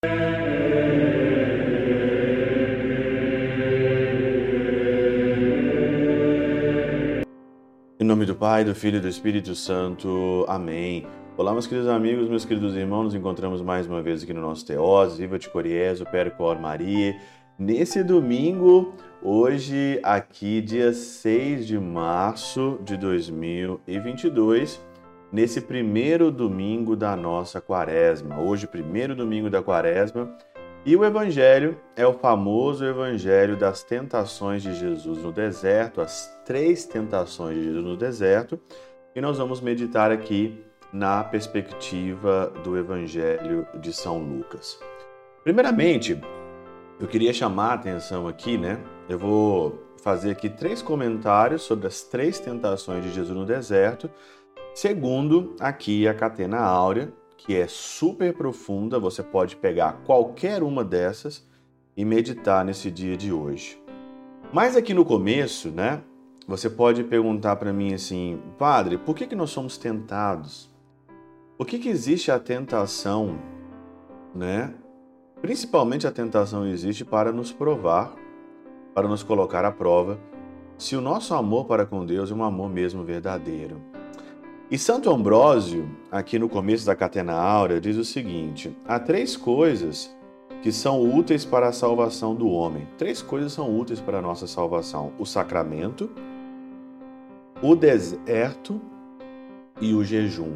Em nome do Pai, do Filho e do Espírito Santo. Amém. Olá, meus queridos amigos, meus queridos irmãos, nos encontramos mais uma vez aqui no nosso Teós, Viva de Coriésio, Percor Maria. Nesse domingo, hoje, aqui, dia 6 de março de 2022, nesse primeiro domingo da nossa quaresma. Hoje, primeiro domingo da quaresma. E o evangelho é o famoso evangelho das tentações de Jesus no deserto, as 3 tentações de Jesus no deserto, e nós vamos meditar aqui na perspectiva do evangelho de São Lucas. Primeiramente, eu queria chamar a atenção aqui, Eu vou fazer aqui 3 comentários sobre as 3 tentações de Jesus no deserto, segundo aqui a Catena Áurea, que é super profunda, você pode pegar qualquer uma dessas e meditar nesse dia de hoje. Mas aqui no começo, você pode perguntar para mim assim, Padre, por que nós somos tentados? Por que existe a tentação, Principalmente a tentação existe para nos provar, para nos colocar à prova, se o nosso amor para com Deus é um amor mesmo verdadeiro. E Santo Ambrósio, aqui no começo da Catena Áurea, diz o seguinte: há 3 coisas que são úteis para a salvação do homem. 3 coisas são úteis para a nossa salvação: o sacramento, o deserto e o jejum.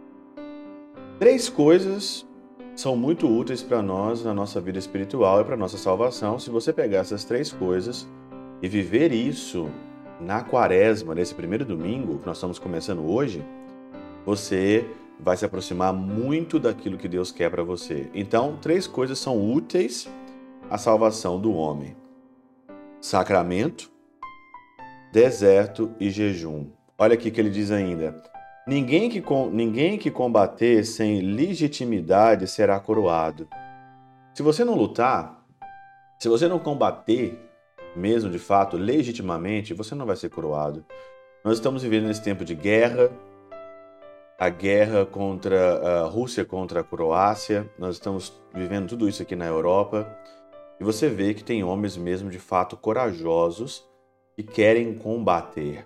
3 coisas são muito úteis para nós na nossa vida espiritual e para a nossa salvação. Se você pegar essas 3 coisas e viver isso na quaresma, nesse primeiro domingo que nós estamos começando hoje, você vai se aproximar muito daquilo que Deus quer para você. Então, 3 coisas são úteis à salvação do homem: sacramento, deserto e jejum. Olha aqui que ele diz ainda: ninguém que combater sem legitimidade será coroado. Se você não lutar, se você não combater mesmo de fato, legitimamente, você não vai ser coroado. Nós estamos vivendo nesse tempo de guerra, a guerra contra a Rússia contra a Croácia, nós estamos vivendo tudo isso aqui na Europa, e você vê que tem homens mesmo de fato corajosos que querem combater,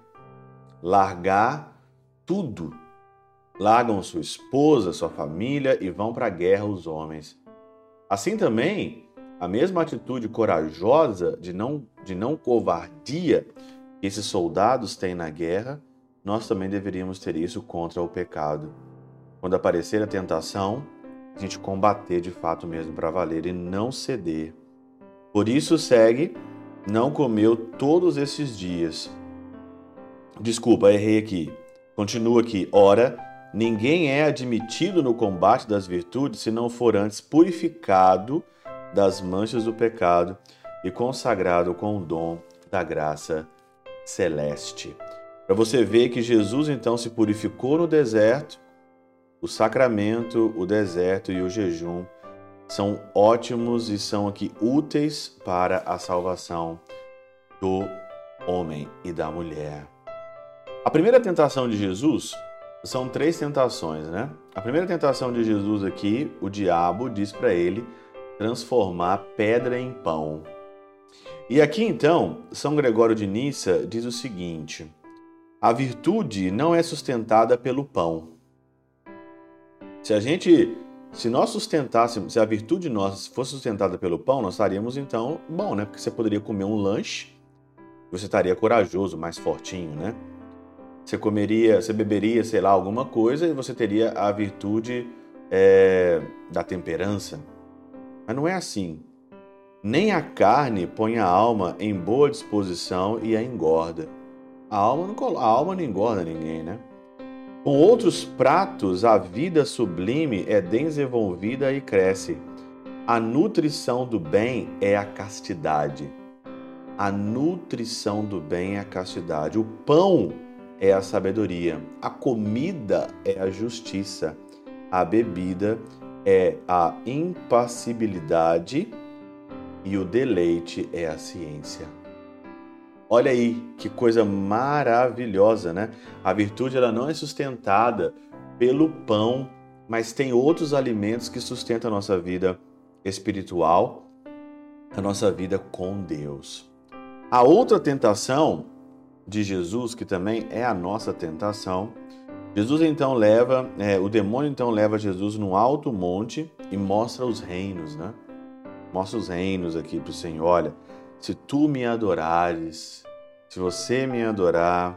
largar tudo, largam sua esposa, sua família e vão para a guerra os homens. Assim também, a mesma atitude corajosa de não covardia que esses soldados têm na guerra, nós também deveríamos ter isso contra o pecado. Quando aparecer a tentação, a gente combater de fato mesmo para valer e não ceder. Por isso segue, não comeu todos esses dias. Desculpa, errei aqui. Continua aqui. Ora, ninguém é admitido no combate das virtudes se não for antes purificado das manchas do pecado e consagrado com o dom da graça celeste. Para você ver que Jesus então se purificou no deserto, o sacramento, o deserto e o jejum são ótimos e são aqui úteis para a salvação do homem e da mulher. A primeira tentação de Jesus são 3 tentações, A primeira tentação de Jesus aqui, o diabo diz para ele transformar pedra em pão. E aqui então, São Gregório de Nissa diz o seguinte: a virtude não é sustentada pelo pão. Se nós sustentássemos, se a virtude nossa fosse sustentada pelo pão, nós estaríamos então bom, Porque você poderia comer um lanche, você estaria corajoso, mais fortinho, Você beberia, sei lá, alguma coisa e você teria a virtude da temperança. Mas não é assim. Nem a carne põe a alma em boa disposição e a engorda. A alma não engorda ninguém, Com outros pratos, a vida sublime é desenvolvida e cresce. A nutrição do bem é a castidade. A nutrição do bem é a castidade. O pão é a sabedoria. A comida é a justiça. A bebida é a impassibilidade e o deleite é a ciência. Olha aí, que coisa maravilhosa, A virtude ela não é sustentada pelo pão, mas tem outros alimentos que sustentam a nossa vida espiritual, a nossa vida com Deus. A outra tentação de Jesus, que também é a nossa tentação, o demônio então leva Jesus num alto monte e mostra os reinos, né? Mostra os reinos aqui para o Senhor. Olha, se tu me adorares, se você me adorar,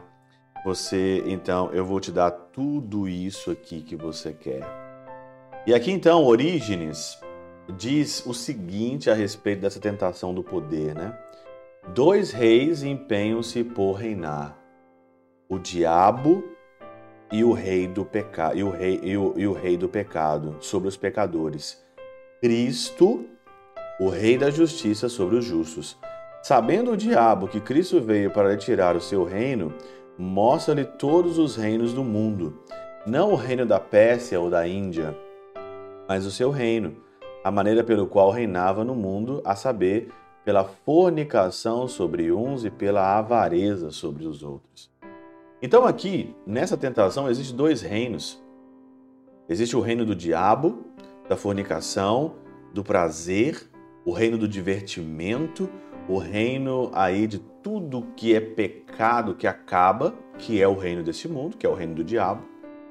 então eu vou te dar tudo isso aqui que você quer. E aqui então Orígenes diz o seguinte a respeito dessa tentação do poder, né? 2 reis empenham-se por reinar: o diabo e o rei do pecado, e o rei do pecado sobre os pecadores. Cristo, o rei da justiça sobre os justos. Sabendo o diabo que Cristo veio para retirar o seu reino, mostra-lhe todos os reinos do mundo, não o reino da Pérsia ou da Índia, mas o seu reino, a maneira pelo qual reinava no mundo, a saber, pela fornicação sobre uns e pela avareza sobre os outros. Então aqui, nessa tentação, existem 2 reinos. Existe o reino do diabo, da fornicação, do prazer, o reino do divertimento, o reino aí de tudo que é pecado que acaba, que é o reino desse mundo, que é o reino do diabo.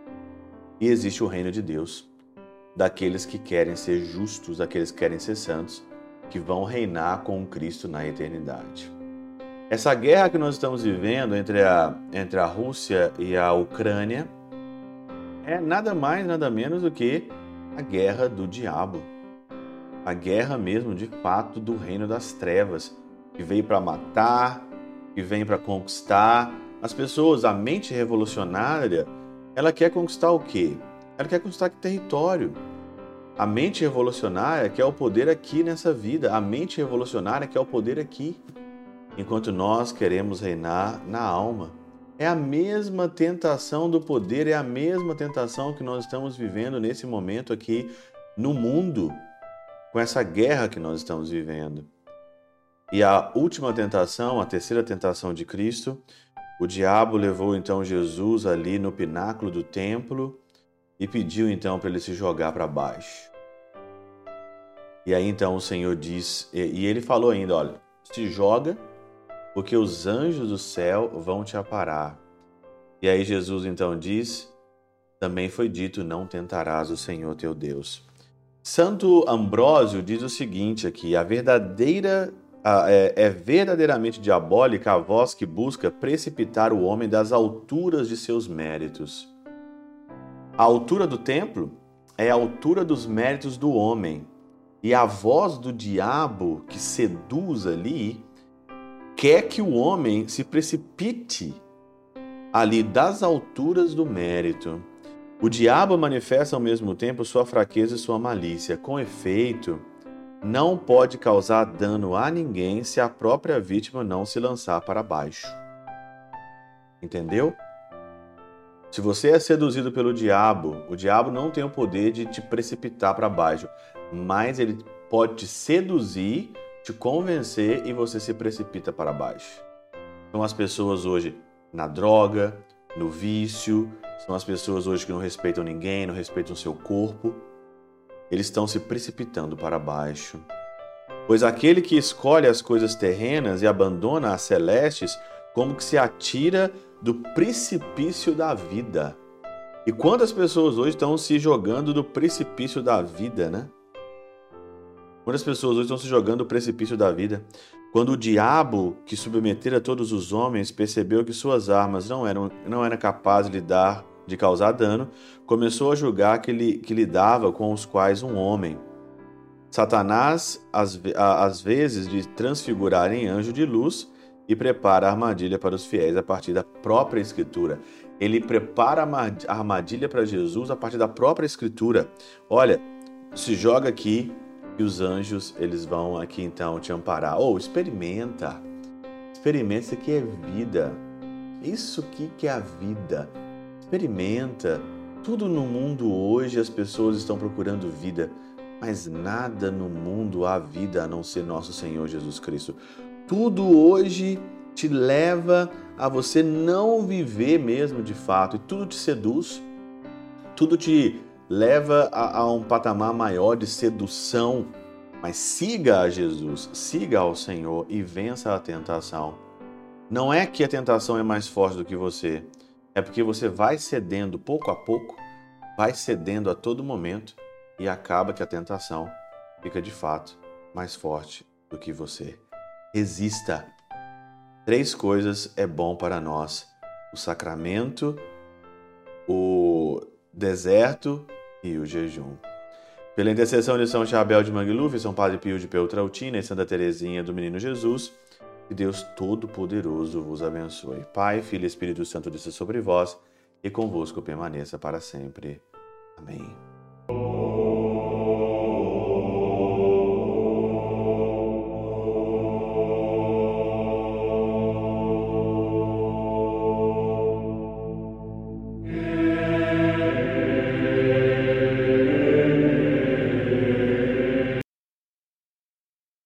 E existe o reino de Deus, daqueles que querem ser justos, daqueles que querem ser santos, que vão reinar com Cristo na eternidade. Essa guerra que nós estamos vivendo entre a Rússia e a Ucrânia é nada mais, nada menos do que a guerra do diabo. A guerra mesmo, de fato, do reino das trevas, que veio para matar, que vem para conquistar. As pessoas, a mente revolucionária, ela quer conquistar o quê? Ela quer conquistar território. A mente revolucionária quer o poder aqui nessa vida. A mente revolucionária quer o poder aqui. Enquanto nós queremos reinar na alma. É a mesma tentação do poder, é a mesma tentação que nós estamos vivendo nesse momento aqui no mundo, com essa guerra que nós estamos vivendo. E a última tentação, a terceira tentação de Cristo, o diabo levou então Jesus ali no pináculo do templo e pediu então para ele se jogar para baixo. E aí então o Senhor diz, e ele falou ainda, olha, se joga, porque os anjos do céu vão te aparar. E aí Jesus então diz, também foi dito, não tentarás o Senhor teu Deus. Santo Ambrósio diz o seguinte aqui, é verdadeiramente diabólica a voz que busca precipitar o homem das alturas de seus méritos. A altura do templo é a altura dos méritos do homem. E a voz do diabo que seduz ali quer que o homem se precipite ali das alturas do mérito. O diabo manifesta ao mesmo tempo sua fraqueza e sua malícia. Com efeito, não pode causar dano a ninguém se a própria vítima não se lançar para baixo. Entendeu? Se você é seduzido pelo diabo, o diabo não tem o poder de te precipitar para baixo, mas ele pode te seduzir, te convencer e você se precipita para baixo. São as pessoas hoje na droga, no vício, são as pessoas hoje que não respeitam ninguém, não respeitam o seu corpo. Eles estão se precipitando para baixo. Pois aquele que escolhe as coisas terrenas e abandona as celestes, como que se atira do precipício da vida. E quantas pessoas hoje estão se jogando do precipício da vida, né? Quantas pessoas hoje estão se jogando do precipício da vida? Quando o diabo, que submetera todos os homens, percebeu que suas armas não eram capazes de causar dano, começou a julgar que lidava com os quais um homem. Satanás, às vezes, de transfigurar em anjo de luz e prepara a armadilha para os fiéis a partir da própria Escritura. Ele prepara a armadilha para Jesus a partir da própria Escritura. Olha, se joga aqui e os anjos, eles vão aqui então te amparar. Experimenta. Experimenta, isso aqui é vida. Isso aqui que é a vida. Experimenta. Tudo no mundo hoje as pessoas estão procurando vida, mas nada no mundo há vida a não ser nosso Senhor Jesus Cristo. Tudo hoje te leva a você não viver mesmo de fato, e tudo te seduz, tudo te leva a um patamar maior de sedução, Mas siga a Jesus, siga ao Senhor e vença a tentação. Não é que a tentação é mais forte do que você, é porque você vai cedendo pouco a pouco, vai cedendo a todo momento e acaba que a tentação fica de fato mais forte do que você. Resista. 3 coisas é bom para nós: o sacramento, o deserto e o jejum. Pela intercessão de São Chabel de Mangluf, São Padre Pio de Peltrautina e Santa Teresinha do Menino Jesus, que Deus Todo-Poderoso vos abençoe. Pai, Filho e Espírito Santo, desça sobre vós e convosco permaneça para sempre. Amém.